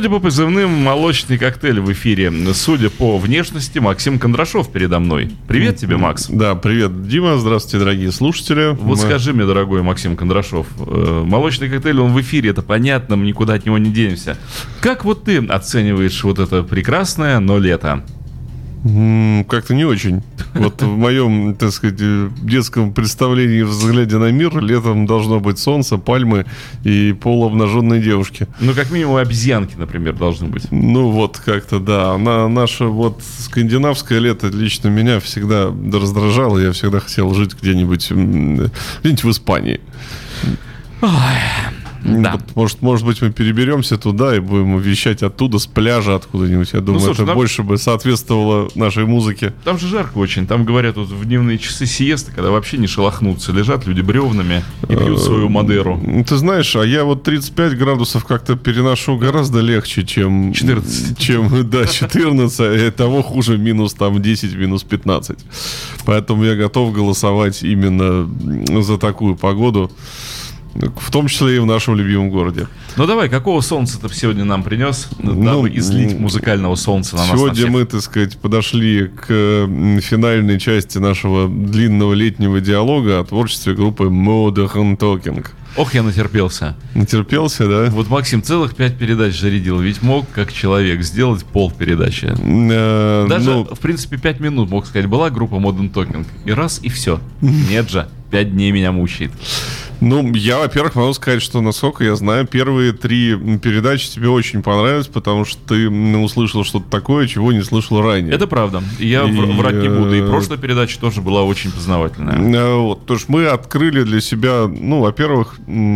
Судя по позывным, молочный коктейль в эфире. Судя по внешности, Максим Кондрашов передо мной. Привет тебе, Макс. Да, привет, Дима. Здравствуйте, дорогие слушатели. Вот скажи мне, дорогой Максим Кондрашов, молочный коктейль, он в эфире, это понятно, мы никуда от него не денемся. Как вот ты оцениваешь вот это прекрасное, но лето? Как-то не очень. Вот в моем, так сказать, детском представлении, взгляде на мир, летом должно быть солнце, пальмы и полуобнаженные девушки. Ну, как минимум, обезьянки, например, должны быть. Ну, вот как-то, да. Наше вот скандинавское лето лично меня всегда раздражало. Я всегда хотел жить где-нибудь в Испании. Ой. Да. Может быть, мы переберемся туда и будем вещать оттуда, с пляжа откуда-нибудь. Я думаю, слушай, это больше бы соответствовало нашей музыке. Там же жарко очень. Там, говорят, вот в дневные часы сиесты, когда вообще не шелохнутся, лежат люди бревнами и пьют свою Мадеру. Ты знаешь, а я вот 35 градусов как-то переношу гораздо легче, чем 14. Да, 14, и того хуже минус там 10, минус 15. Поэтому я готов голосовать именно за такую погоду. В том числе и в нашем любимом городе. Ну давай, какого солнца ты сегодня нам принес, дабы излить музыкального солнца на нас? Сегодня мы, так сказать, подошли к финальной части нашего длинного летнего диалога о творчестве группы Modern Talking. Ох, я натерпелся. Натерпелся, да? Вот Максим целых 5 передач зарядил. Ведь мог, как человек, сделать полпередачи. Даже, в принципе, 5 минут, мог сказать, была группа Modern Talking. И раз, и все. Нет же, 5 дней меня мучает. Ну, я, во-первых, могу сказать, что, насколько я знаю, первые 3 передачи тебе очень понравились, потому что ты услышал что-то такое, чего не слышал ранее. Это правда. Я врать не буду. И прошлая передача тоже была очень познавательная. Вот, то есть мы открыли для себя, во-первых,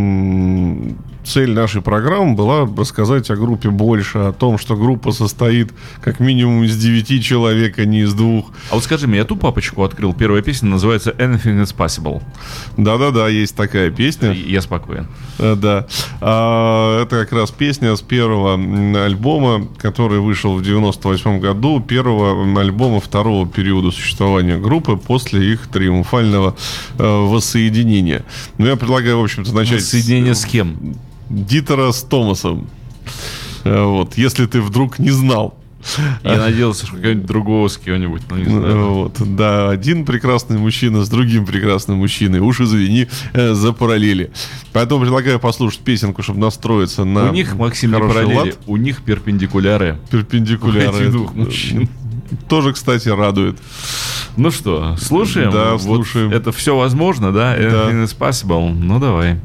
цель нашей программы была рассказать о группе больше, о том, что группа состоит как минимум из 9 человек, а не из 2. А вот скажи мне, я ту папочку открыл. Первая песня называется Anything is Possible. Да-да-да, есть такая песня. Я спокоен. Да. Это как раз песня с первого альбома, который вышел в 98 году, первого альбома второго периода существования группы после их триумфального воссоединения. Ну, я предлагаю, в общем-то, начать... Воссоединение с кем? Дитера с Томасом. Вот, если ты вдруг не знал. Я надеялся, что какого-нибудь другого с кем-нибудь, но не знаю. Вот, да, один прекрасный мужчина с другим прекрасным мужчиной. Уж извини за параллели. Поэтому предлагаю послушать песенку, чтобы настроиться на. У них, Максим, не параллели, лад. У них перпендикуляры. Перпендикуляры. Этих двух мужчин. Тоже, кстати, радует. Ну что, слушаем? Да, слушаем. Вот это все возможно, да? Anything is possible. Ну, давай.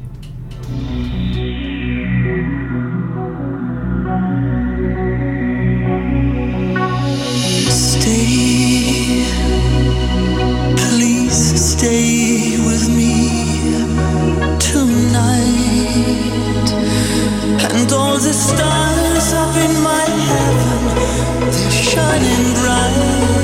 Stay with me tonight, and all the stars up in my heaven, they're shining bright.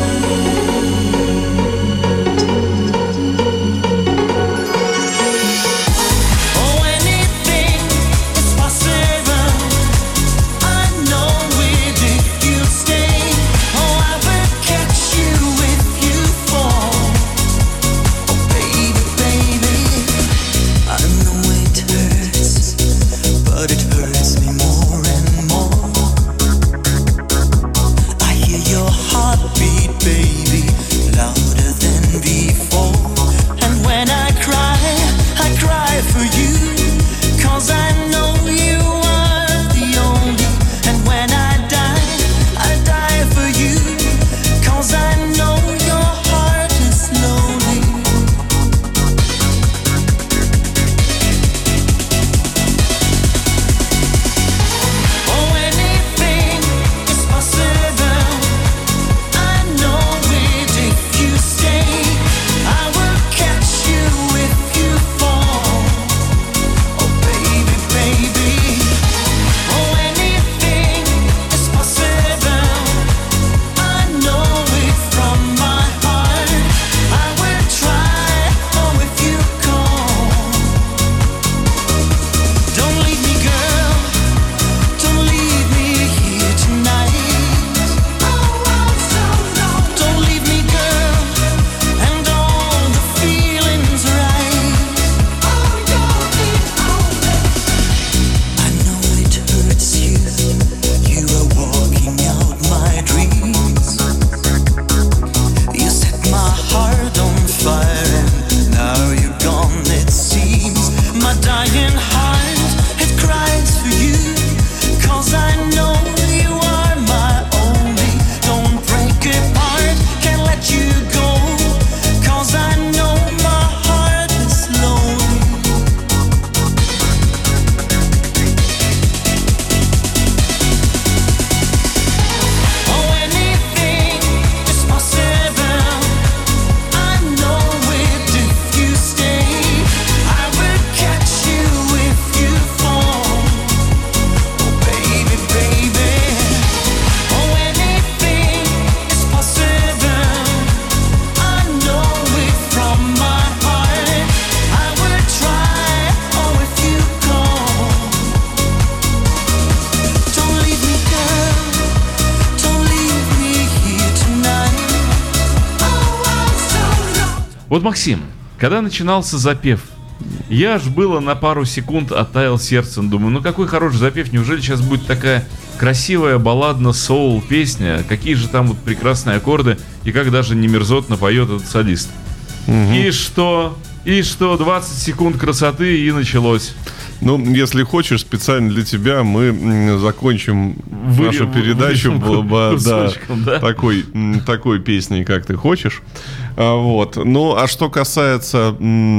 Heart beat. Вот, Максим, когда начинался запев, я аж было на пару секунд оттаял сердцем. Думаю, ну какой хороший запев, неужели сейчас будет такая красивая балладно-соул песня? Какие же там вот прекрасные аккорды, и как даже не мерзотно поет этот солист. И что? 20 секунд красоты, и началось. Ну, если хочешь, специально для тебя мы закончим нашу передачу такой песней, как ты хочешь. Вот. Ну, а что касается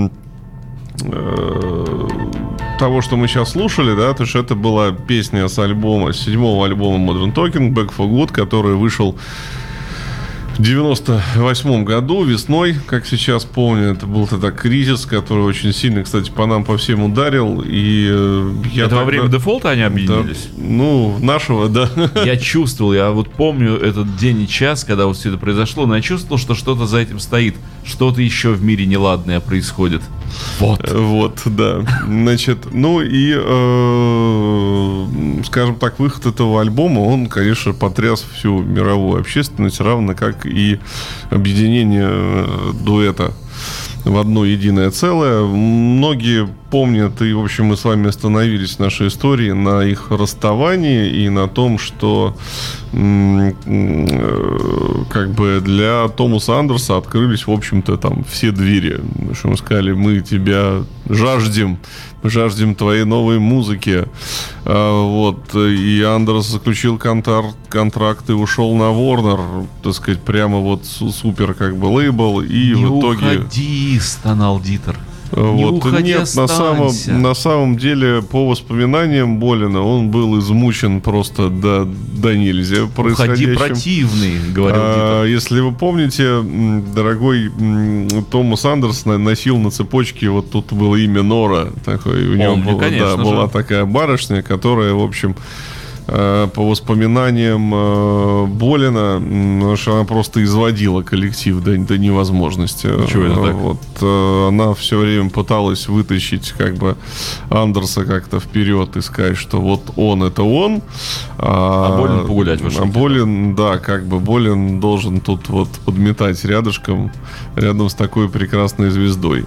того, что мы сейчас слушали, да, то есть это была песня с альбома, с 7-го альбома Modern Talking, Back for Good, который вышел в 98 году, весной, как сейчас помню. Это был тогда кризис, который очень сильно, кстати, по нам по всем ударил. И это во время дефолта они объединились? Да, ну, нашего, да. Я чувствовал, я вот помню этот день и час, когда вот все это произошло, но я чувствовал, что что-то за этим стоит. Что-то еще в мире неладное происходит. Вот, да. Значит, ну и, скажем так, выход этого альбома, он, конечно, потряс всю мировую общественность, равно как и объединение дуэта в одно единое целое. Многие помнят, и, в общем, мы с вами остановились в нашей истории на их расставании и на том, что как бы для Томаса Андерса открылись, в общем-то, там все двери. Что мы сказали, мы тебя жаждем твоей новой музыки. Вот. И Андерс заключил контракт и ушел на Warner, так сказать, прямо вот супер как бы лейбл. И не в итоге... уходи, стонал Дитер. Вот. Нет, на самом деле, по воспоминаниям Болина, он был измучен просто до нельзя происходящим. Уходи, противный, говорил Дитер. Если вы помните, дорогой Томас Андерс носил на цепочке, вот тут было имя Нора. Такой, у него была такая барышня, которая, в общем... По воспоминаниям Болина, она просто изводила коллектив до невозможности. Чего это так? Вот, она все время пыталась вытащить как бы Андерса как-то вперед и сказать, что вот он это он. А Болин погулять вышел. А Болин, да, как бы Болин должен тут вот подметать рядом с такой прекрасной звездой.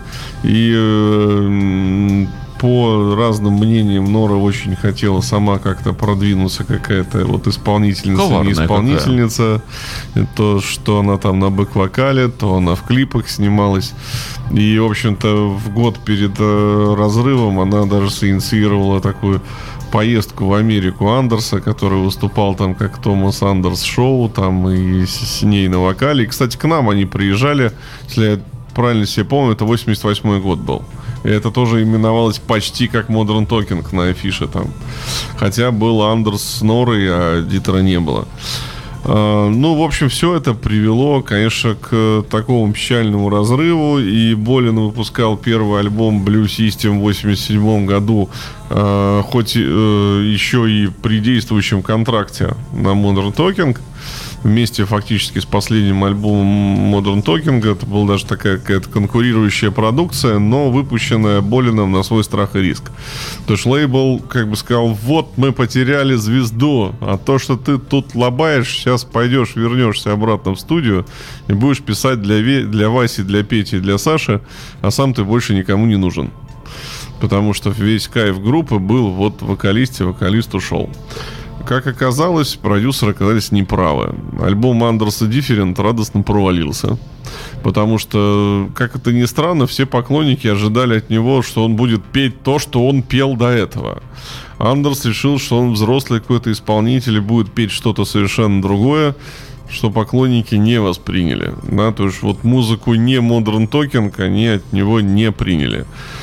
И по разным мнениям, Нора очень хотела сама как-то продвинуться, какая-то вот исполнительница, коварная, не исполнительница. То, что она там на бэк-вокале, то она в клипах снималась. И, в общем-то, в год перед разрывом она даже синициировала такую поездку в Америку Андерса, который выступал там как Томас Андерс шоу, там и с ней на вокале. И, кстати, к нам они приезжали, если я правильно себе помню, это 88-й год был. И это тоже именовалось почти как Modern Talking на афише там. Хотя был Андерс с Норой, а Дитера не было. Ну, в общем, все это привело, конечно, к такому печальному разрыву. И Болин выпускал первый альбом Blue System в 87 году, хоть еще и при действующем контракте на Modern Talking. Вместе фактически с последним альбомом Modern Talking. Это была даже такая какая-то конкурирующая продукция, но выпущенная Болином на свой страх и риск. То есть лейбл как бы сказал: вот мы потеряли звезду, а то, что ты тут лобаешь, сейчас пойдешь, вернешься обратно в студию и будешь писать для Васи, для Пети, для Саши, а сам ты больше никому не нужен. Потому что весь кайф группы был вот в вокалисте, вокалист ушел. Как оказалось, продюсеры оказались неправы. Альбом Андерса Different радостно провалился. Потому что, как это ни странно, все поклонники ожидали от него, что он будет петь то, что он пел до этого. Андерс решил, что он взрослый какой-то исполнитель и будет петь что-то совершенно другое, что поклонники не восприняли. Да? То есть вот музыку не Modern Talking они от него не приняли.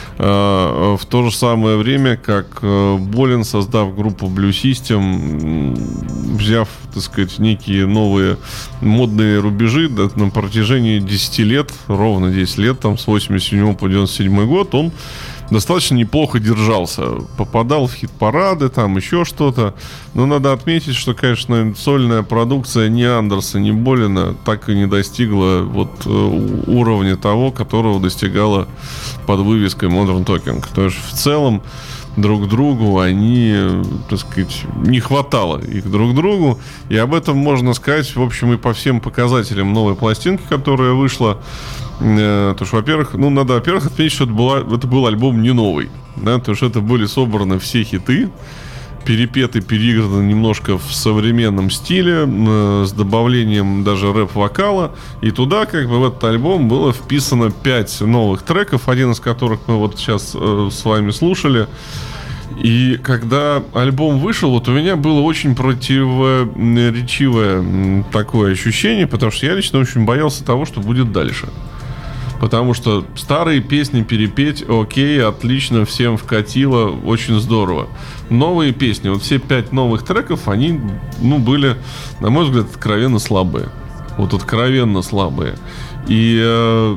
В то же самое время, как Болин, создав группу Blue System, взяв, так сказать, некие новые модные рубежи, да, на протяжении 10 лет, ровно 10 лет, там, с 87 по 97 год, он достаточно неплохо держался. Попадал в хит-парады, там еще что-то. Но надо отметить, что, конечно, сольная продукция ни Андерса, ни Болина так и не достигла вот уровня того, которого достигала под вывеской Modern Talking. То есть в целом друг другу, они, так сказать, не хватало их друг другу. И об этом можно сказать, в общем, и по всем показателям новой пластинки, которая вышла. Потому что, во-первых, надо, отметить, что это был альбом не новый. Да, потому что это были собраны все хиты, перепеты, переиграны немножко в современном стиле, с добавлением даже рэп-вокала. И туда, как бы, в этот альбом было вписано 5 новых треков, один из которых мы вот сейчас с вами слушали. И когда альбом вышел, вот у меня было очень противоречивое такое ощущение, потому что я лично очень боялся того, что будет дальше. Потому что старые песни перепеть, окей, отлично, всем вкатило, очень здорово. Новые песни, вот все 5 новых треков, они, были, на мой взгляд, откровенно слабые. Вот откровенно слабые. И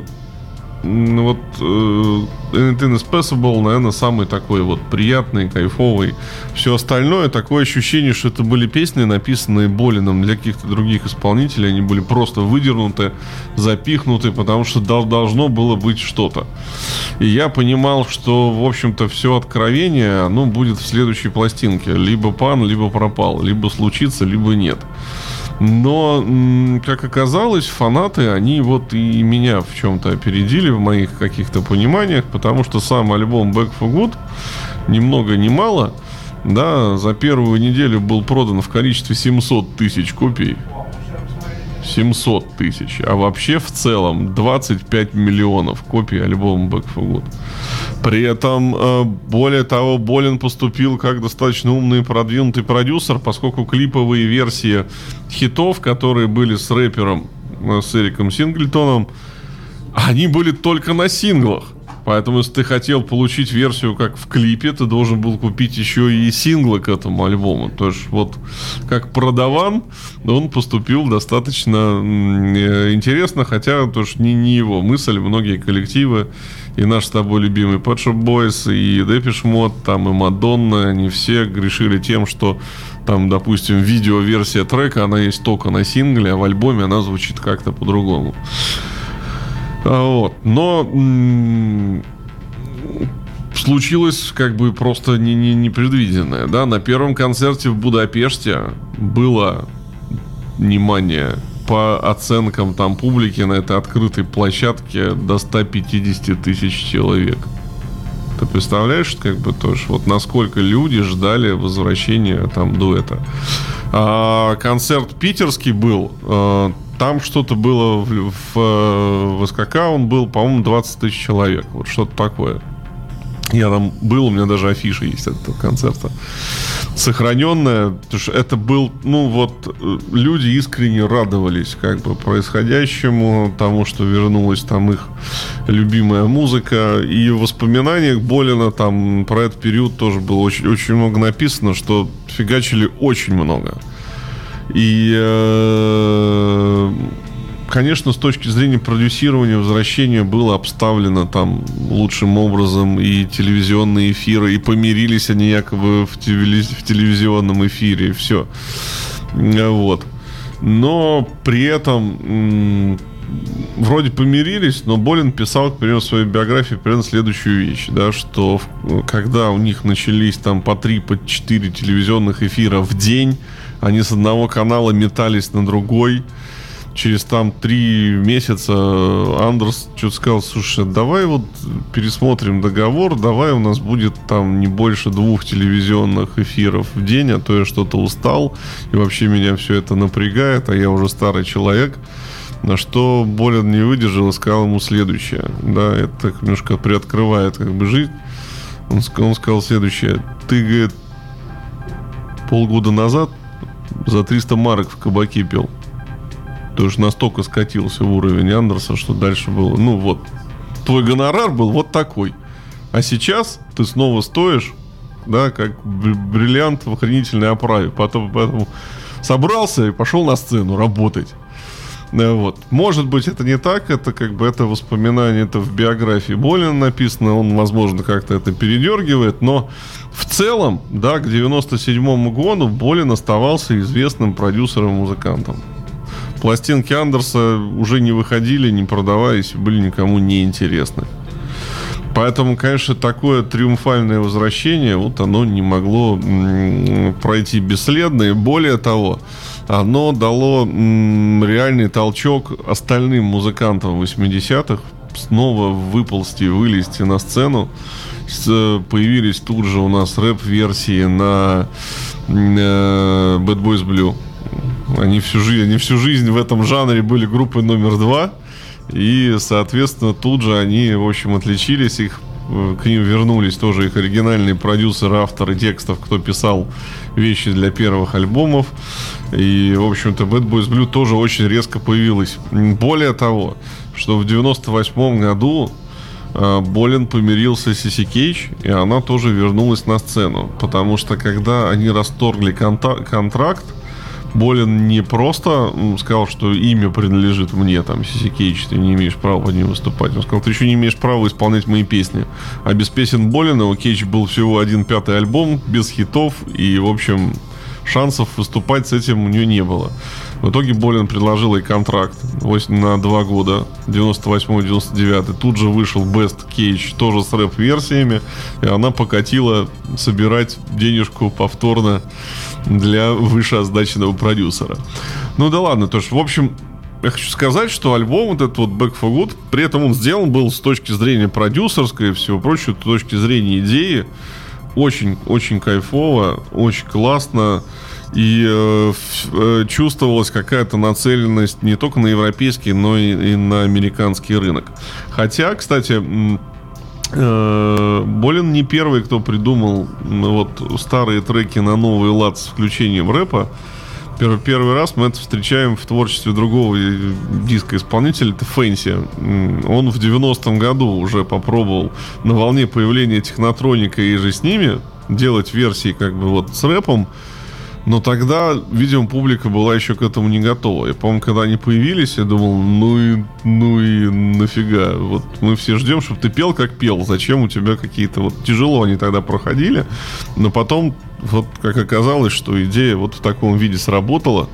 Inexpressible, наверное, самый такой вот приятный, кайфовый. Все остальное, такое ощущение, что это были песни, написанные Болиным для каких-то других исполнителей. Они были просто выдернуты, запихнуты, потому что должно было быть что-то. И я понимал, что, в общем-то, все откровение, оно будет в следующей пластинке. Либо пан, либо пропал. Либо случится, либо нет. Но, как оказалось, фанаты, они вот и меня в чем-то опередили в моих каких-то пониманиях, потому что сам альбом Back for Good, ни много ни мало, да, за первую неделю был продан в количестве 700 тысяч копий. 700 тысяч. А вообще в целом 25 миллионов копий альбома Back for Good. При этом, более того, Болин поступил как достаточно умный и продвинутый продюсер, поскольку клиповые версии хитов, которые были с рэпером, с Эриком Синглтоном, они были только на синглах. Поэтому, если ты хотел получить версию как в клипе, ты должен был купить еще и синглы к этому альбому. То есть, вот как продаван, он поступил достаточно интересно, хотя тоже не его мысль. Многие коллективы, и наш с тобой любимый Pet Shop Boys, и Depeche Mode, там и Мадонна, они все грешили тем, что там, допустим, видеоверсия трека, она есть только на сингле, а в альбоме она звучит как-то по-другому. Вот. Но случилось как бы просто непредвиденное. Да? На первом концерте в Будапеште было, внимание, по оценкам там публики на этой открытой площадке до 150 тысяч человек. Ты представляешь, как бы тоже, вот насколько люди ждали возвращения там дуэта. А концерт питерский был, там что-то было в СКК, он был, по-моему, 20 тысяч человек. Вот что-то такое. Я там был, у меня даже афиша есть этого концерта сохраненная. Потому что это был, люди искренне радовались как бы происходящему, тому, что вернулась там их любимая музыка. И в воспоминаниях Болина там про этот период тоже было очень, очень много написано, что фигачили очень много. И, конечно, с точки зрения продюсирования, возвращение было обставлено там лучшим образом, и телевизионные эфиры, и помирились они якобы в телевизионном эфире, и все. Вот. Но при этом вроде помирились, но Болин писал, к примеру, в своей биографии примерно следующую вещь, да, что когда у них начались там по 3, по 4 телевизионных эфира в день, они с одного канала метались на другой. Через там 3 месяца Андерс что-то сказал: слушай, давай вот пересмотрим договор, давай у нас будет там не больше 2 телевизионных эфиров в день, а то я что-то устал, и вообще меня все это напрягает, а я уже старый человек. На что Болин не выдержал и сказал ему следующее. Да, это немножко приоткрывает как бы жизнь. Он сказал следующее: ты, говорит, полгода назад за 300 марок в кабаке пел. Потому что настолько скатился в уровень Андерса, что дальше было. Твой гонорар был вот такой. А сейчас ты снова стоишь, да, как бриллиант в охренительной оправе. Поэтому собрался и пошел на сцену работать. Вот. Может быть, это не так, это как бы это воспоминание, это в биографии Болина написано, он, возможно, как-то это передергивает, но в целом, да, к 97 году Болин оставался известным продюсером-музыкантом. Пластинки Андерса уже не выходили, не продавались, были никому не интересны. Поэтому, конечно, такое триумфальное возвращение, вот оно не могло пройти бесследно. И более того, оно дало реальный толчок остальным музыкантам 80-х снова выползти, вылезти на сцену. Появились тут же у нас рэп-версии на Bad Boys Blue. Они всю жизнь в этом жанре были группой номер 2. И, соответственно, тут же они, в общем, отличились. К ним вернулись тоже их оригинальные продюсеры, авторы текстов, кто писал вещи для первых альбомов. И, в общем-то, Bad Boys Blue тоже очень резко появилась. Более того, что в 98 году Болен помирился с Сиси Кейдж, и она тоже вернулась на сцену. Потому что, когда они расторгли контракт, Болен не просто сказал, что имя принадлежит мне, там, Сиси Кейдж, ты не имеешь права под ним выступать. Он сказал, ты еще не имеешь права исполнять мои песни. А без песен Болена у Кейдж был всего 1/5 альбом, без хитов, и, в общем, шансов выступать с этим у нее не было. В итоге Болен предложил ей контракт на 2 года, 98-99. Тут же вышел Best Cage, тоже с рэп-версиями, и она покатила собирать денежку повторно для вышеозначенного продюсера. Ну да ладно, то есть, в общем, я хочу сказать, что альбом вот этот вот Back for Good, при этом он сделан был с точки зрения продюсерской и всего прочего, с точки зрения идеи, очень кайфово, очень классно. И чувствовалась какая-то нацеленность не только на европейский, но и на американский рынок. Хотя, кстати, Болен не первый, кто придумал вот старые треки на новый лад с включением рэпа. Первый раз мы это встречаем в творчестве другого диско-исполнителя, это Фэнси. Он в 90-м году уже попробовал на волне появления Технотроника и же с ними делать версии как бы вот с рэпом. Но тогда, видимо, публика была еще к этому не готова. Я помню, когда они появились, я думал, ну и нафига. Вот мы все ждем, чтобы ты пел, как пел. Зачем у тебя какие-то... Вот тяжело они тогда проходили. Но потом, вот как оказалось, что идея вот в таком виде сработала.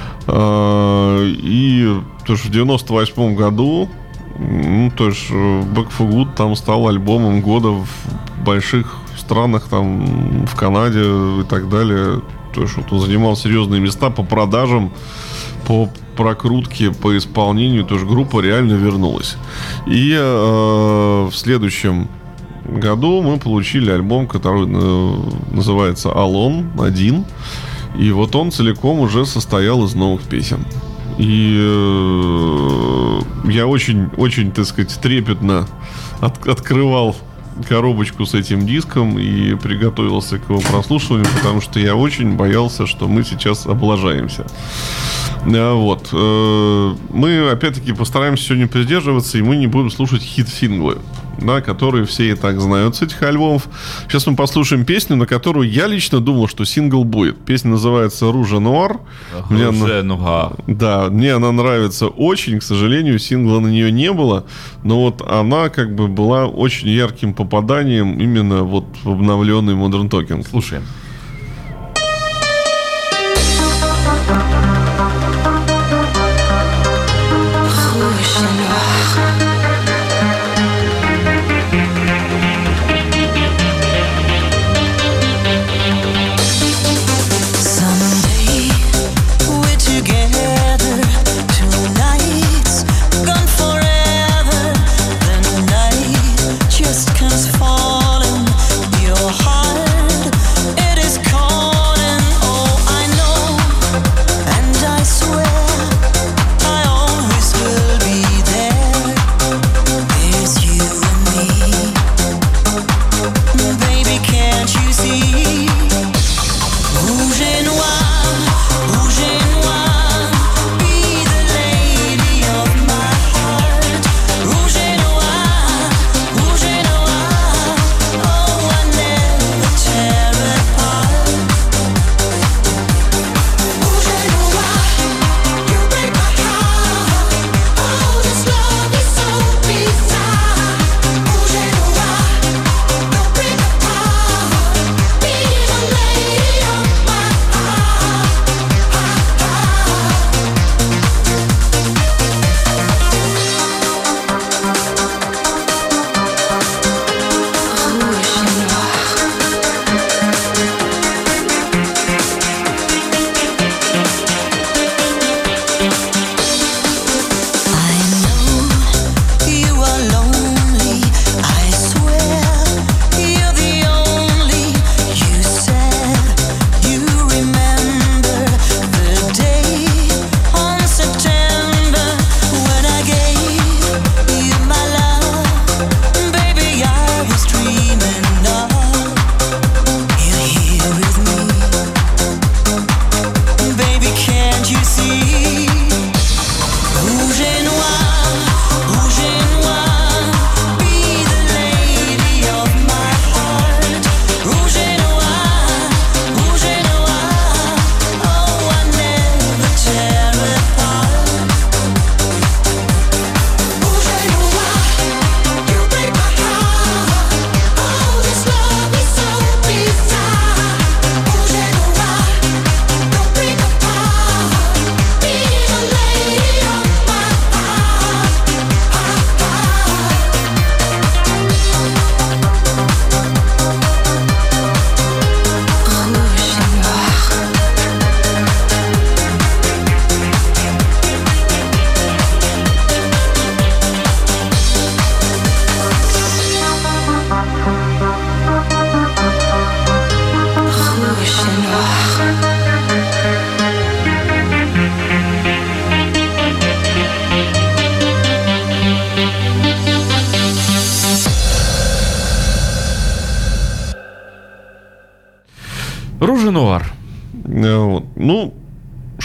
И тоже в 98 году, то есть Back for Good там стал альбомом года в больших странах, там в Канаде и так далее. То есть вот он занимал серьезные места по продажам, по прокрутке, по исполнению. То есть группа реально вернулась. И в следующем году мы получили альбом, который называется Alone, один. И вот он целиком уже состоял из новых песен. И я очень, так сказать, трепетно открывал коробочку с этим диском и приготовился к его прослушиванию, потому что я очень боялся, что мы сейчас облажаемся. Вот. Мы, опять-таки, постараемся сегодня придерживаться, и мы не будем слушать хит-синглы, да, которые все и так знают с этих альбомов. Сейчас мы послушаем песню, на которую я лично думал, что сингл будет. Песня называется «Руже Нуар». Да, мне она нравится очень. К сожалению, сингла на нее не было. Но вот она как бы была очень ярким попаданием именно вот в обновленный Modern Talking. Слушаем. It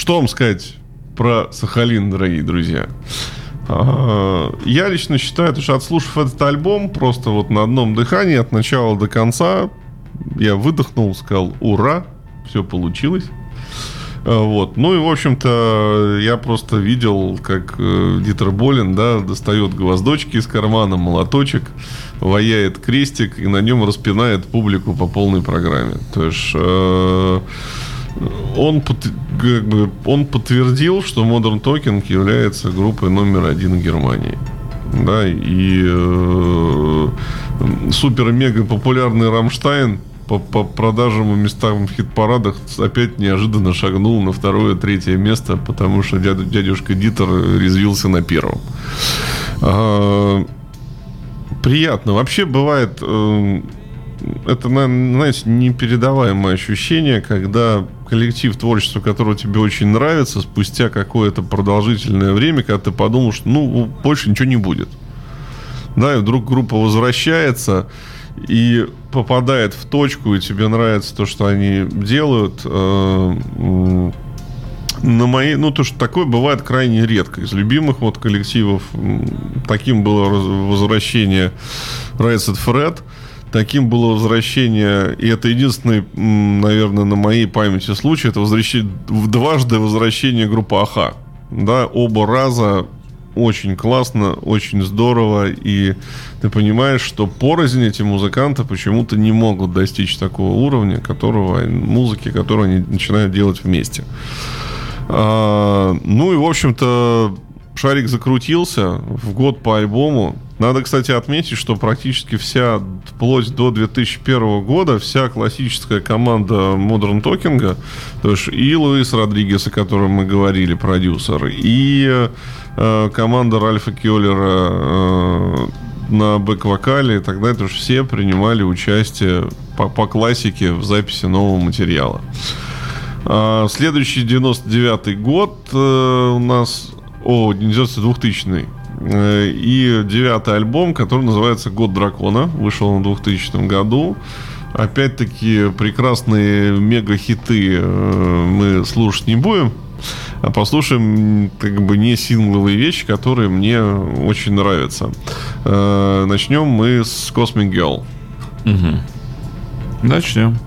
Что вам сказать про Сахалин, дорогие друзья? Я лично считаю, что отслушав этот альбом просто вот на одном дыхании от начала до конца, я выдохнул, сказал: ура, все получилось. Вот. Ну и, в общем-то, я просто видел, как Дитер Болин, да, достает гвоздочки из кармана, молоточек, ваяет крестик и на нем распинает публику по полной программе. То есть он подтвердил, что Modern Talking является группой номер 1 в Германии. Да, и супер-мега популярный «Рамштайн» по продажам и местам в хит-парадах опять неожиданно шагнул на 2-3 место, потому что дядюшка Дитер резвился на 1. Приятно. Вообще бывает, это, знаете, непередаваемое ощущение, когда коллектив творчества, которого тебе очень нравится, спустя какое-то продолжительное время, когда ты подумал, что больше ничего не будет. Да, и вдруг группа возвращается и попадает в точку, и тебе нравится то, что они делают. То, что такое бывает крайне редко. Из любимых вот коллективов таким было возвращение Right Said Fred, таким было возвращение, и это единственный, наверное, на моей памяти случай, это дважды возвращение группы А.Ха. Да, оба раза очень классно, очень здорово, и ты понимаешь, что порознь эти музыканты почему-то не могут достичь такого уровня, музыки, которую они начинают делать вместе. И, в общем-то, шарик закрутился в год по альбому. Надо, кстати, отметить, что практически вплоть до 2001 года, вся классическая команда Modern Talking, то есть и Луис Родригес, о котором мы говорили, продюсер, и команда Ральфа Кёллера на бэк-вокале и так далее, то есть все принимали участие по классике в записи нового материала. Следующий 99-й год у нас... 2000-й. И 9-й альбом, который называется «Год дракона». Вышел в 2000 году. Опять-таки, прекрасные мега-хиты мы слушать не будем, а послушаем не сингловые вещи, которые мне очень нравятся. Начнем мы с «Cosmic Girl». Угу. Начнем.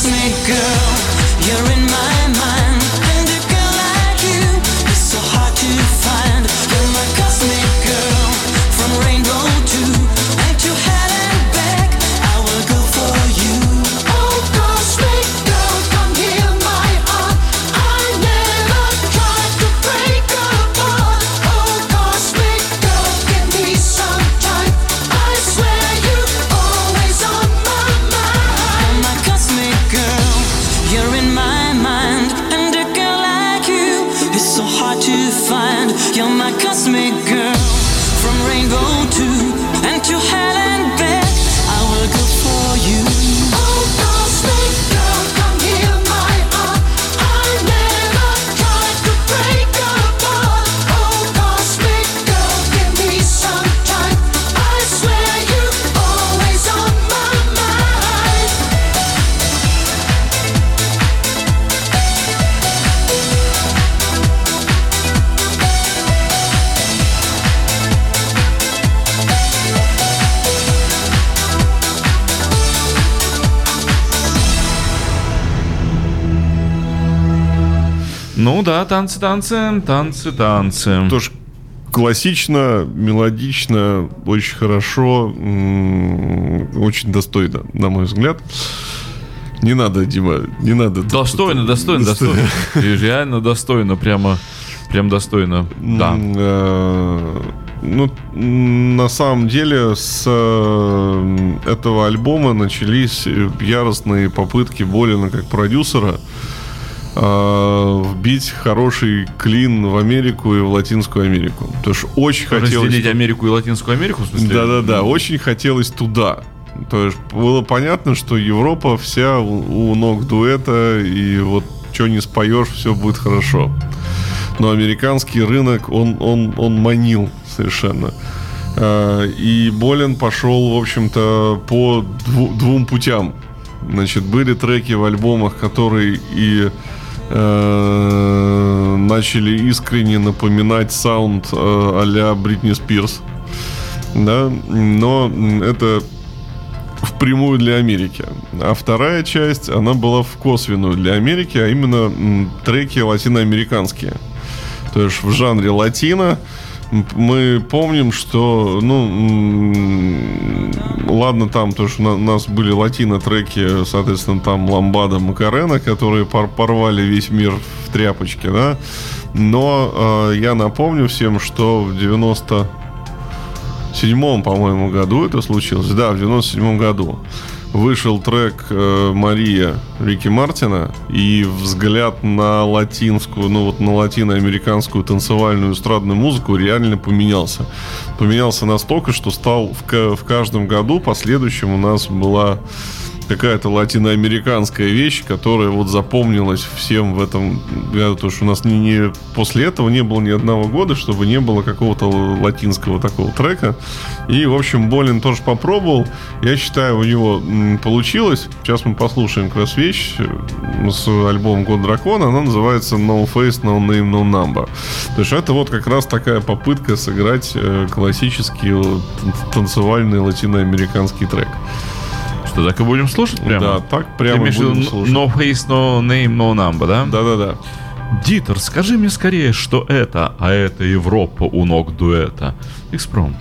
cosmic girl, you're in my mind. And a girl like you is so hard to find. You're my cosmic girl, from rainbow to and to hell and back, I will go for you. Oh, cosmic girl, come hear my heart. I never tried to break apart. Oh, cosmic girl, give me some time. I swear you always on my mind. You're my cosmic girl, you're in my mind. And a girl like you is so hard to find. You're my cosmic girl, from rainbow to and to hell and back, I will go for you. Oh, cosmic girl, come hear my heart. I never tried to break apart. Oh, cosmic girl, give me some time. I swear you always on my mind. Ну да, танцы. Тоже классично, мелодично, очень хорошо, очень достойно, на мой взгляд. Не надо, Дима, не надо. Достойно. И реально достойно, прям достойно. Да. Ну, на самом деле, с этого альбома начались яростные попытки Болина как продюсера вбить хороший клин в Америку и в Латинскую Америку. Потому что очень хотелось... Разделить Америку и Латинскую Америку, в смысле? Да, очень хотелось туда. То есть было понятно, что Европа вся у ног дуэта, и вот что не споешь, все будет хорошо. Но американский рынок, он манил совершенно. И Болин пошел, в общем-то, по двум путям. Значит, были треки в альбомах, которые и начали искренне напоминать саунд а-ля Бритни Спирс, да, но это впрямую для Америки. А вторая часть, она была в косвенную для Америки, а именно треки латиноамериканские. То есть в жанре латино. Мы помним, что, ладно там, то, что у нас были латино-треки, соответственно, там Ламбада, Макарена, которые порвали весь мир в тряпочке, да. Но я напомню всем, что в 97-м, по-моему, году это случилось. Да, в 97-м году вышел трек «Мария» Рики Мартина, и взгляд на латинскую, на латиноамериканскую танцевальную эстрадную музыку реально поменялся. Поменялся настолько, что стал в каждом году последующем у нас была какая-то латиноамериканская вещь, которая вот запомнилась всем в этом году. Потому что у нас после этого не было ни одного года, чтобы не было какого-то латинского такого трека. И, в общем, Болин тоже попробовал. Я считаю, у него получилось. Сейчас мы послушаем как раз вещь с альбома «Год дракона». Она называется «No Face, No Name, No Number». То есть это вот как раз такая попытка сыграть классический танцевальный латиноамериканский трек. Что, так и будем слушать прямо? Да, так прямо будем слушать. No Face, No Name, No Number, да? Да. Дитер, скажи мне скорее, что это, а это Европа у ног дуэта. Экспромт.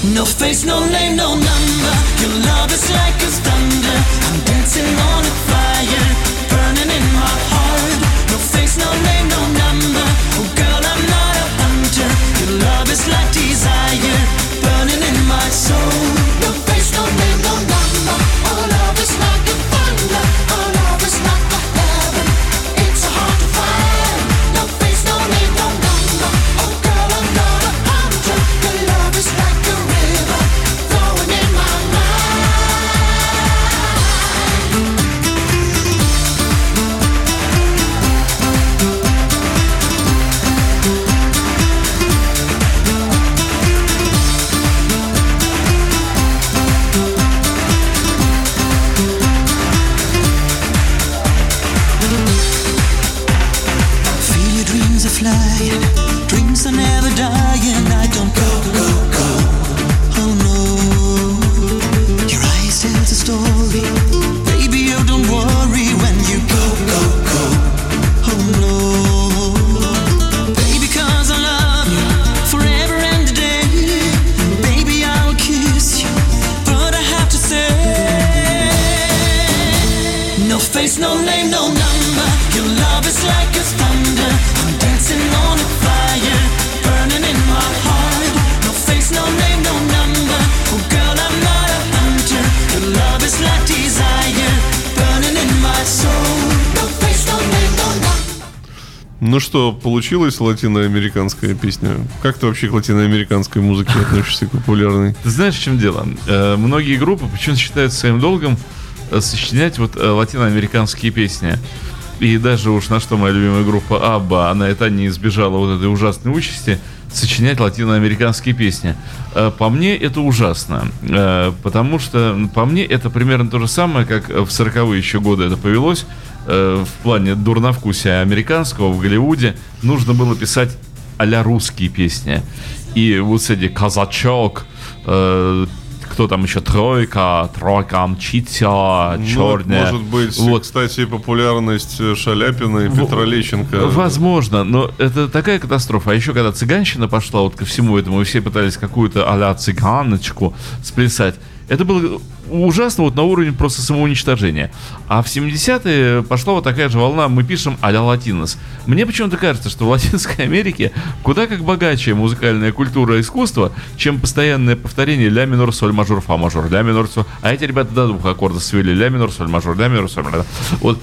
No face, no name, no number. Your love is like a thunder. I'm dancing on a fire, burning in my heart. No face, no name, no number. Oh girl, I'm not a hunter. Your love is like desire, burning in my soul. No face, no name, no number. Our love is like a thunder. Our love is like a heaven. It's so hard to find. No face, no name, no number. Oh girl, I'm not a hunter. Your love is like a river flowing in my mind. Feel your dreams are flying, dreams are never dying. I don't go, oh no. Your eyes tell the story, baby, oh don't worry when you go, oh no. Baby, 'cause I love you forever and a day. Baby, I'll kiss you, but I have to say, no face, no name, no number. Your love is like a thunder. I'm dancing on a fire, burning in my heart. No face, no name, no number. Oh girl, I'm not a hunter. Your love is like desire, burning in my soul. No face, no name, no number. Ну что, получилась латиноамериканская песня? Как ты вообще к латиноамериканской музыке относишься, к популярной? Ты знаешь, в чем дело? Многие группы почему-то считают своим долгом сочинять вот латиноамериканские песни. И даже уж на что моя любимая группа Абба, она это не избежала вот этой ужасной участи сочинять латиноамериканские песни. По мне это ужасно, потому что по мне это примерно то же самое, как в 40-е еще годы это повелось. В плане дурновкусия американского в Голливуде нужно было писать а-ля русские песни. И вот эти «Казачок», кто там еще, «Тройка», «Мчится», «Черная». Может быть, вот. Кстати, популярность Шаляпина и Петра Лещенко. Возможно, но это такая катастрофа. А еще когда цыганщина пошла вот ко всему этому, и все пытались какую-то а-ля цыганочку сплясать, это было ужасно вот на уровне просто самоуничтожения. А в 70-е пошла вот такая же волна, мы пишем а-ля латинос. Мне почему-то кажется, что в Латинской Америке куда как богаче музыкальная культура и искусство, чем постоянное повторение ля минор, соль мажор, фа мажор, ля минор, соль. А эти ребята до двух аккордов свели: ля минор, соль мажор, ля минор, соль мажор. Вот,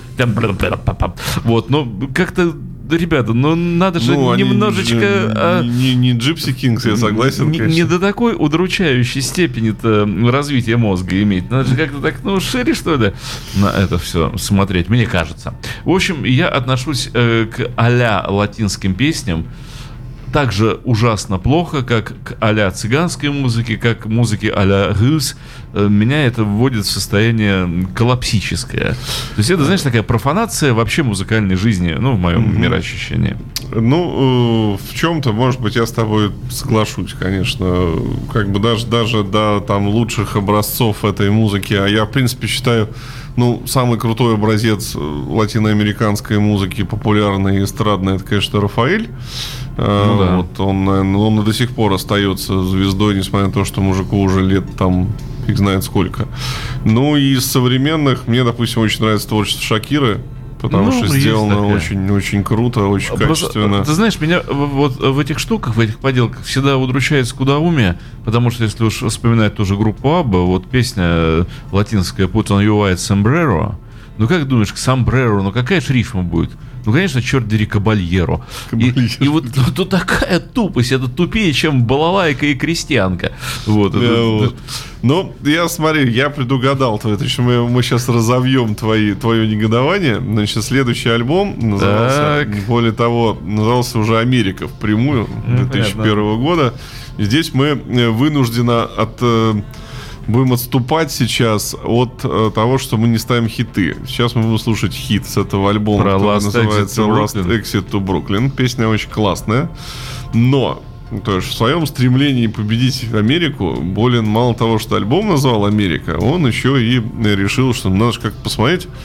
вот, ну как-то. Ребята, ну надо же немножечко... Не Gypsy Kings, я согласен, не до такой удручающей степени-то развития мозга иметь. Надо же как-то так, шире, что ли, на это все смотреть, мне кажется. В общем, я отношусь к а-ля латинским песням так же ужасно плохо, как к а-ля цыганской музыке, как к музыке а-ля рус. Меня это вводит в состояние коллапсическое. То есть это, знаешь, такая профанация вообще музыкальной жизни, в моем мироощущении. Ну, в чем-то, может быть, я с тобой соглашусь, конечно. Как бы даже до там лучших образцов этой музыки. А я, в принципе, считаю, самый крутой образец латиноамериканской музыки, популярной и эстрадной, это, конечно, Рафаэль. Да. Вот он до сих пор остается звездой, несмотря на то, что мужику уже лет там фиг знает сколько. Ну и из современных мне, допустим, очень нравится творчество Шакиры, потому что сделано очень круто, очень качественно. Ты знаешь, меня вот в этих штуках, в этих поделках всегда удручает скудоумие, потому что если уж вспоминать ту же группу Абба, вот песня латинская «Put on your white sombrero», как думаешь, к «sombrero», какая же рифма будет? Конечно, черт дери, кабальеро. И вот тут такая тупость, это тупее, чем балалайка и крестьянка. Вот. Ну, я предугадал твое. Мы сейчас разовьем твое негодование. Значит, следующий альбом назывался, более того, назывался уже «Америка» впрямую, 2001 года. Здесь мы вынуждены будем отступать сейчас от того, что мы не ставим хиты. Сейчас мы будем слушать хит с этого альбома, который называется Last Exit to Brooklyn. Песня очень классная. Но то есть в своем стремлении победить Америку, Болин мало того, что альбом назвал «Америка», он еще и решил, что надо же как-то посмотреть,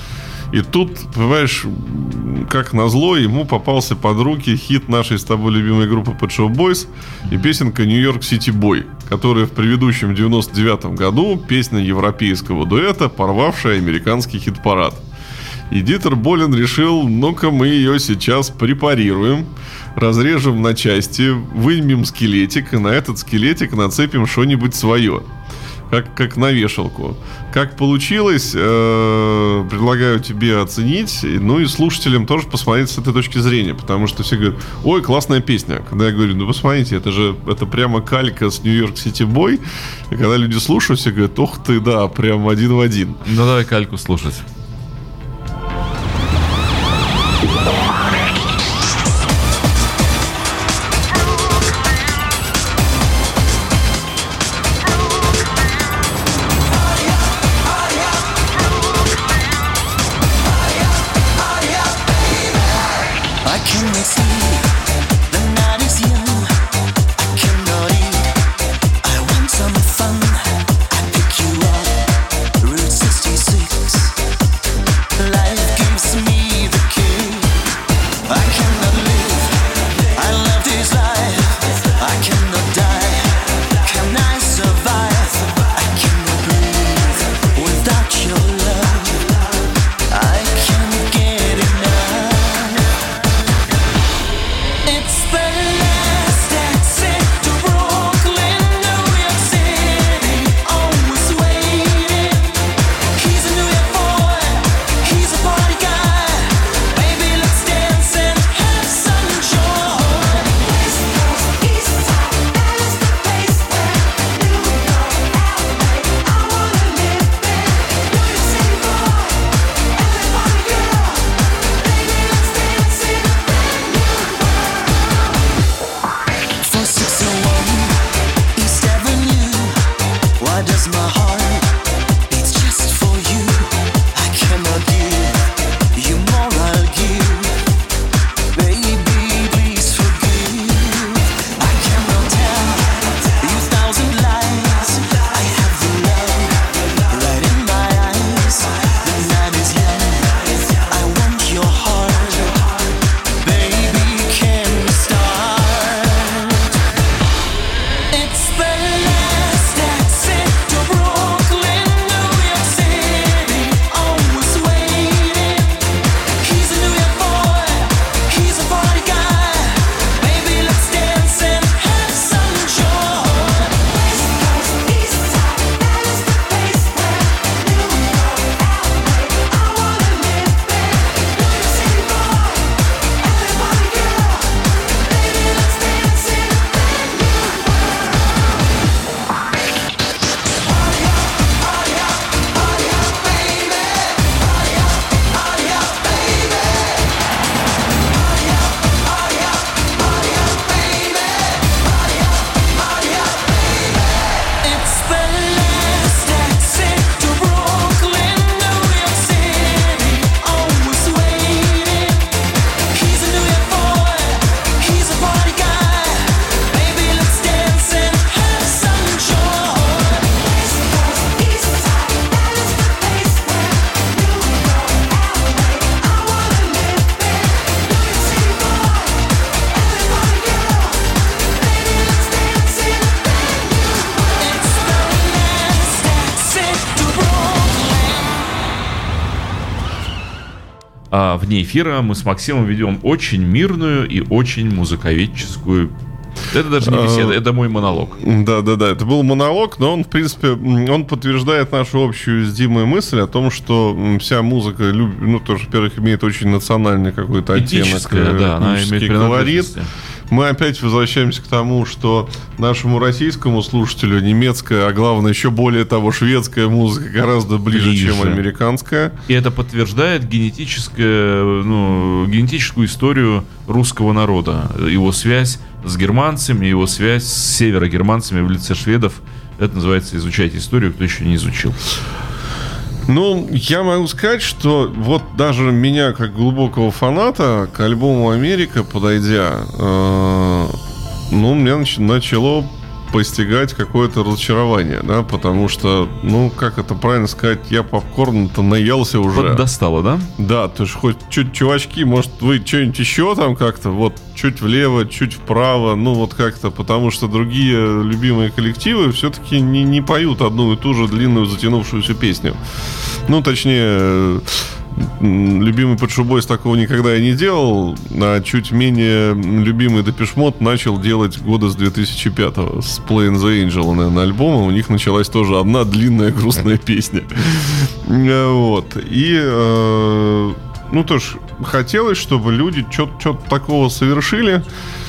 И тут, понимаешь, как назло, ему попался под руки хит нашей с тобой любимой группы Pet Shop Boys и песенка New York City Boy, которая в предыдущем 99-м году песня европейского дуэта, порвавшая американский хит-парад. И Дитер Болин решил, ну-ка мы ее сейчас препарируем, разрежем на части, вынимем скелетик, и на этот скелетик нацепим что-нибудь свое. Как на вешалку. Как получилось, предлагаю тебе оценить, ну и слушателям тоже посмотреть с этой точки зрения, потому что все говорят, ой, классная песня. Когда я говорю, ну посмотрите, это прямо калька с New York City Boy, и когда люди слушают, все говорят, ох ты, да, прям один в один. Ну давай кальку слушать. А вне эфира мы с Максимом ведем очень мирную и очень музыковедческую. Это даже не беседа, это мой монолог. Да, это был монолог, но он, в принципе, он подтверждает нашу общую с Димой мысль о том, что вся музыка, ну, тоже, во-первых, имеет очень национальный какой-то оттенок, да, она имеет колорит. Мы опять возвращаемся к тому, что нашему российскому слушателю немецкая, а главное, еще более того, шведская музыка гораздо ближе, чем американская. И это подтверждает генетическую историю русского народа. Его связь с германцами, его связь с северогерманцами в лице шведов. Это называется «Изучайте историю», кто еще не изучил. Ну, я могу сказать, что вот даже меня, как глубокого фаната, к альбому «Америка» подойдя, мне начало постигать какое-то разочарование, да, потому что, ну, как это правильно сказать, я попкорн-то наелся уже. Поддостало, да? Да, то есть хоть чуть, чувачки, может, вы что-нибудь еще там как-то, вот, чуть влево, чуть вправо, ну, вот как-то, потому что другие любимые коллективы все-таки не поют одну и ту же длинную затянувшуюся песню. Ну, точнее, любимый Pet Shop Boys такого никогда и не делал, а чуть менее любимый Depeche Mode начал делать года с 2005-го, с Play the Angel, наверное, альбома. У них началась тоже одна длинная грустная песня. Вот. И, ну, тоже хотелось, чтобы люди что-то такого совершили.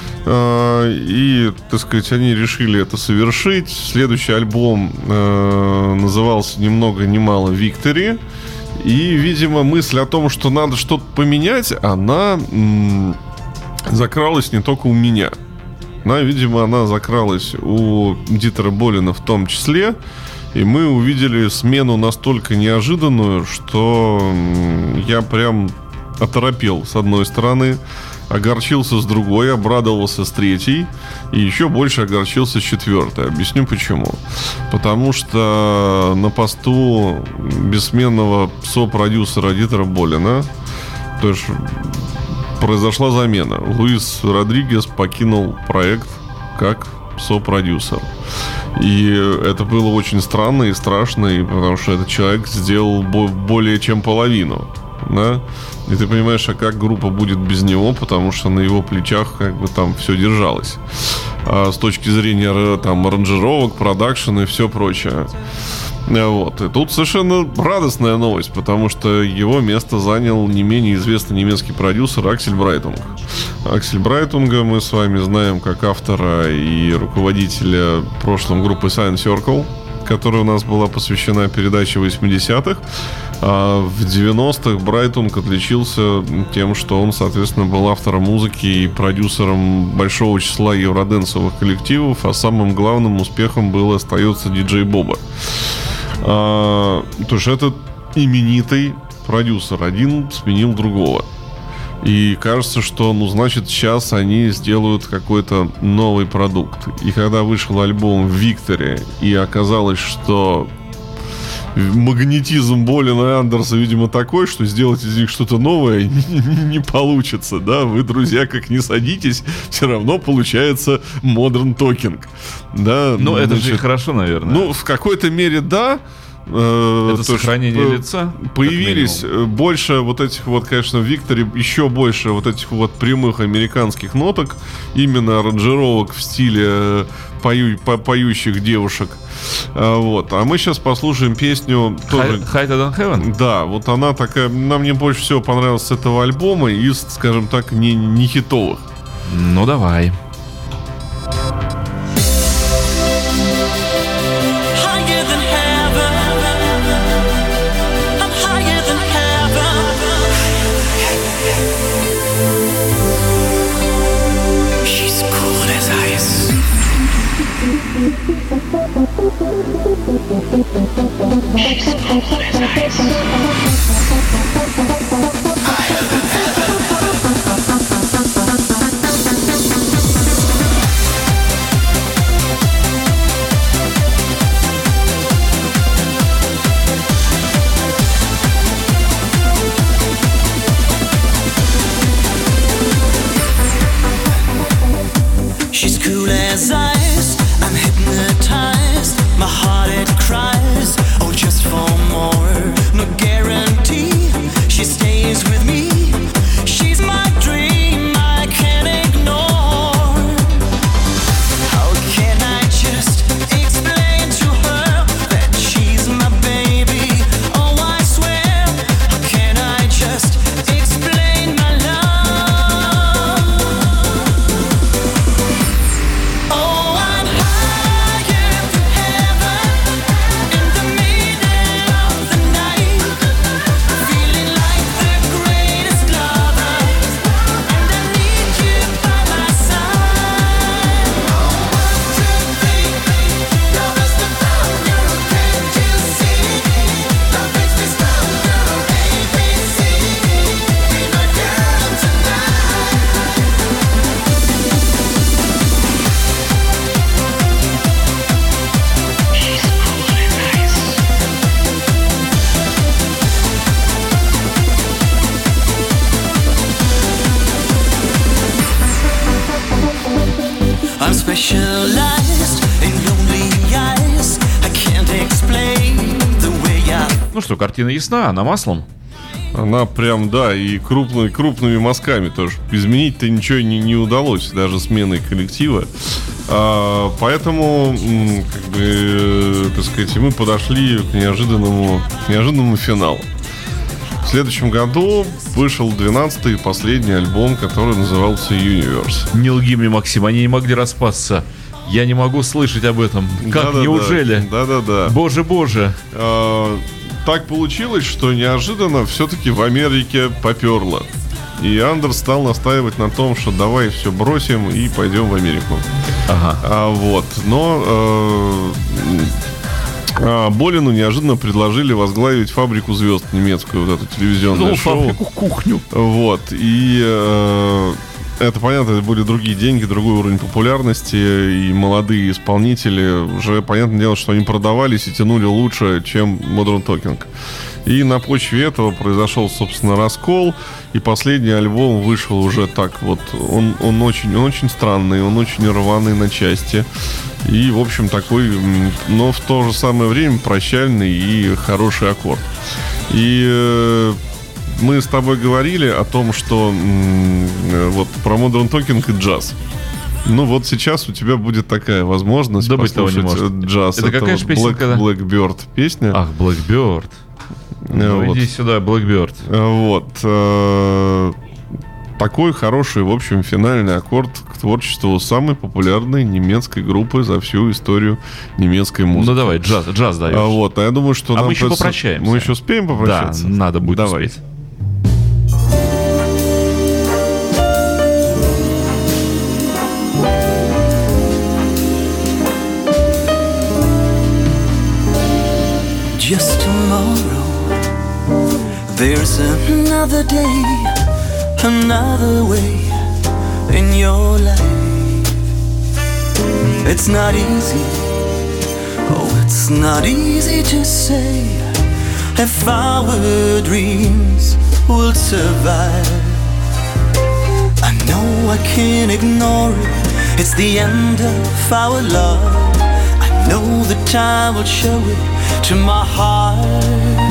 И, так сказать, они решили это совершить. Следующий альбом назывался ни много ни мало «Victory». И, видимо, мысль о том, что надо что-то поменять, она закралась не только у меня. Она закралась у Дитера Болина в том числе. И мы увидели смену настолько неожиданную, что я прям оторопел с одной стороны, огорчился с другой, обрадовался с третьей и еще больше огорчился с четвертой. Объясню почему. Потому что на посту бессменного со-продюсера Дитера Болина то есть произошла замена. Луис Родригес покинул проект как со-продюсер. И это было очень странно и страшно, потому что этот человек сделал более чем половину. Да? И ты понимаешь, а как группа будет без него, потому что на его плечах как бы там все держалось. А с точки зрения там аранжировок, продакшена и все прочее. Вот. И тут совершенно радостная новость, потому что его место занял не менее известный немецкий продюсер Аксель Брайтунг. Аксель Брайтунга мы с вами знаем как автора и руководителя в прошлом группы Silent Circle, которая у нас была посвящена передаче 80-х. А в 90-х Брайтунг отличился тем, что он, соответственно, был автором музыки и продюсером большого числа евроденсовых коллективов, а самым главным успехом остается диджей Боба. То есть этот именитый продюсер, один сменил другого. И кажется, что, ну, значит, сейчас они сделают какой-то новый продукт. И когда вышел альбом «Victory», и оказалось, что магнетизм Болина и Андерса, видимо, такой, что сделать из них что-то новое не получится, да? Вы, друзья, как не садитесь, все равно получается Modern Talking, да? Ну, это же и хорошо, наверное. Ну, в какой-то мере, да. Это сохранение лица. Появились больше вот этих вот, конечно, в «Victory» еще больше вот этих вот прямых американских ноток, именно аранжировок в стиле поющих девушек. Вот. А мы сейчас послушаем песню тоже... Higher Than Heaven? Да, вот она такая, она мне больше всего понравилась с этого альбома из, скажем так, не хитовых. Ну, давай. She's cool as ice, I'm hypnotized. My heart it cries, oh just for more. No guarantee, she stays with me. She's my dream, I can't ignore. How can I just explain to her that she's my baby? Oh I swear, how can I just explain my love? Oh I'm higher than heaven. specialized in lonely eyes. I can't explain the way I. Ну что, картина ясна, она маслом. Она прям, да, и крупными мазками тоже. Изменить-то ничего не удалось, даже сменой коллектива. Поэтому, как бы, так сказать, мы подошли к неожиданному финалу. В следующем году вышел 12-й и последний альбом, который назывался Universe. Не лги мне, Максим, они не могли распасться. Я не могу слышать об этом. Как, неужели? Да. Боже. Так получилось, что неожиданно все-таки в Америке поперло. И Андерс стал настаивать на том, что давай все бросим и пойдем в Америку. Ага. Но Болину неожиданно предложили возглавить «Фабрику звезд» немецкую, вот эту телевизионное шоу. «Фабрику кухню». Вот. И это, понятно, это были другие деньги, другой уровень популярности. И молодые исполнители, уже понятное дело, что они продавались и тянули лучше, чем Modern Talking. И на почве этого произошел, собственно, раскол. И последний альбом вышел уже так вот. Он очень странный, он очень рваный на части. И, в общем, такой, но в то же самое время прощальный и хороший аккорд. И мы с тобой говорили о том, что вот про Modern Talking и джаз. Ну вот сейчас у тебя будет такая возможность послушать джаз. Это какая же песня? Blackbird песня. Ах, Blackbird. Ну, вот. Иди сюда, Blackbird. Вот. Такой хороший, в общем, финальный аккорд к творчеству самой популярной немецкой группы за всю историю немецкой музыки. Ну давай, джаз даешь. Вот, а я думаю, что мы еще попрощаемся. Мы еще успеем попрощаться? Да, надо будет успеть. Just tomorrow, there's another day, another way in your life. It's not easy, oh, it's not easy to say if our dreams will survive. I know I can't ignore it, it's the end of our love. I know the time will show it to my heart.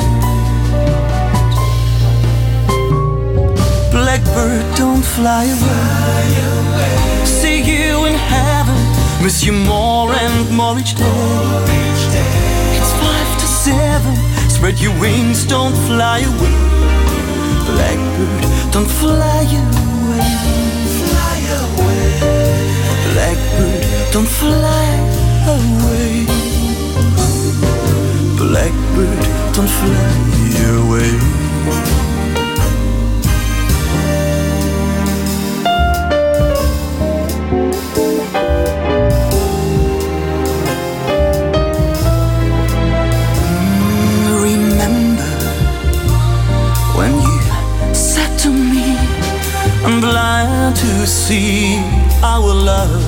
Blackbird, don't fly away. See you in heaven, miss you more and more each day. It's 5 to 7, spread your wings, don't fly away. Blackbird, don't fly away. Fly away. Blackbird, don't fly away. Blackbird, don't fly away. Remember when you said to me, I'm blind to see our love.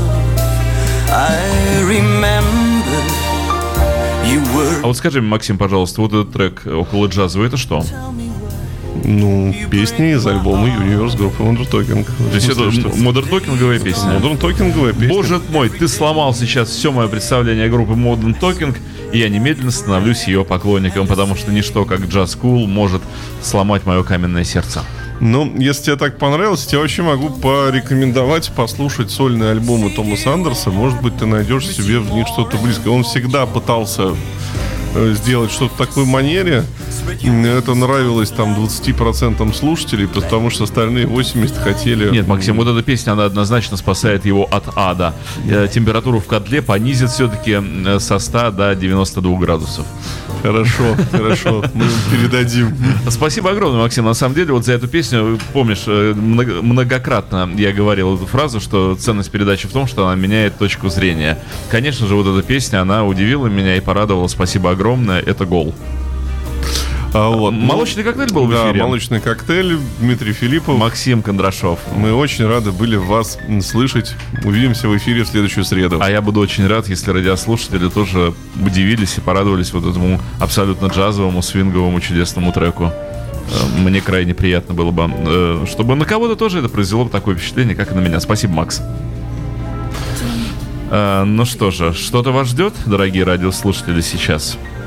I remember. А вот скажи мне, Максим, пожалуйста, вот этот трек около джазовый, это что? Ну, песни из альбома Universe группы Modern Talking. То есть это модерн-токинговая песня? Модерн-токинговая песня. Боже мой, ты сломал сейчас все мое представление о группе Modern Talking, и я немедленно становлюсь ее поклонником, потому что ничто, как Jazz Cool, может сломать мое каменное сердце. Ну, если тебе так понравилось, я вообще могу порекомендовать послушать сольные альбомы Томаса Андерса. Может быть, ты найдешь себе в них что-то близкое. Он всегда пытался сделать что-то в такой манере. Это нравилось там 20% слушателей, потому что остальные 80% хотели... Нет, Максим, вот эта песня, она однозначно спасает его от ада. Температуру в котле понизит все-таки со 100 до 92 градусов. Хорошо, мы передадим. Спасибо огромное, Максим. На самом деле, вот за эту песню, помнишь, многократно я говорил эту фразу, что ценность передачи в том, что она меняет точку зрения. Конечно же, вот эта песня, она удивила меня и порадовала. Спасибо огромное. Это гол. Молочный коктейль был в эфире? Да, молочный коктейль. Дмитрий Филиппов. Максим Кондрашов. Мы очень рады были вас слышать. Увидимся в эфире в следующую среду. А я буду очень рад, если радиослушатели тоже удивились и порадовались вот этому абсолютно джазовому, свинговому, чудесному треку. Мне крайне приятно было бы, чтобы на кого-то тоже это произвело такое впечатление, как и на меня. Спасибо, Макс. Ну что же, что-то вас ждет, дорогие радиослушатели, сейчас?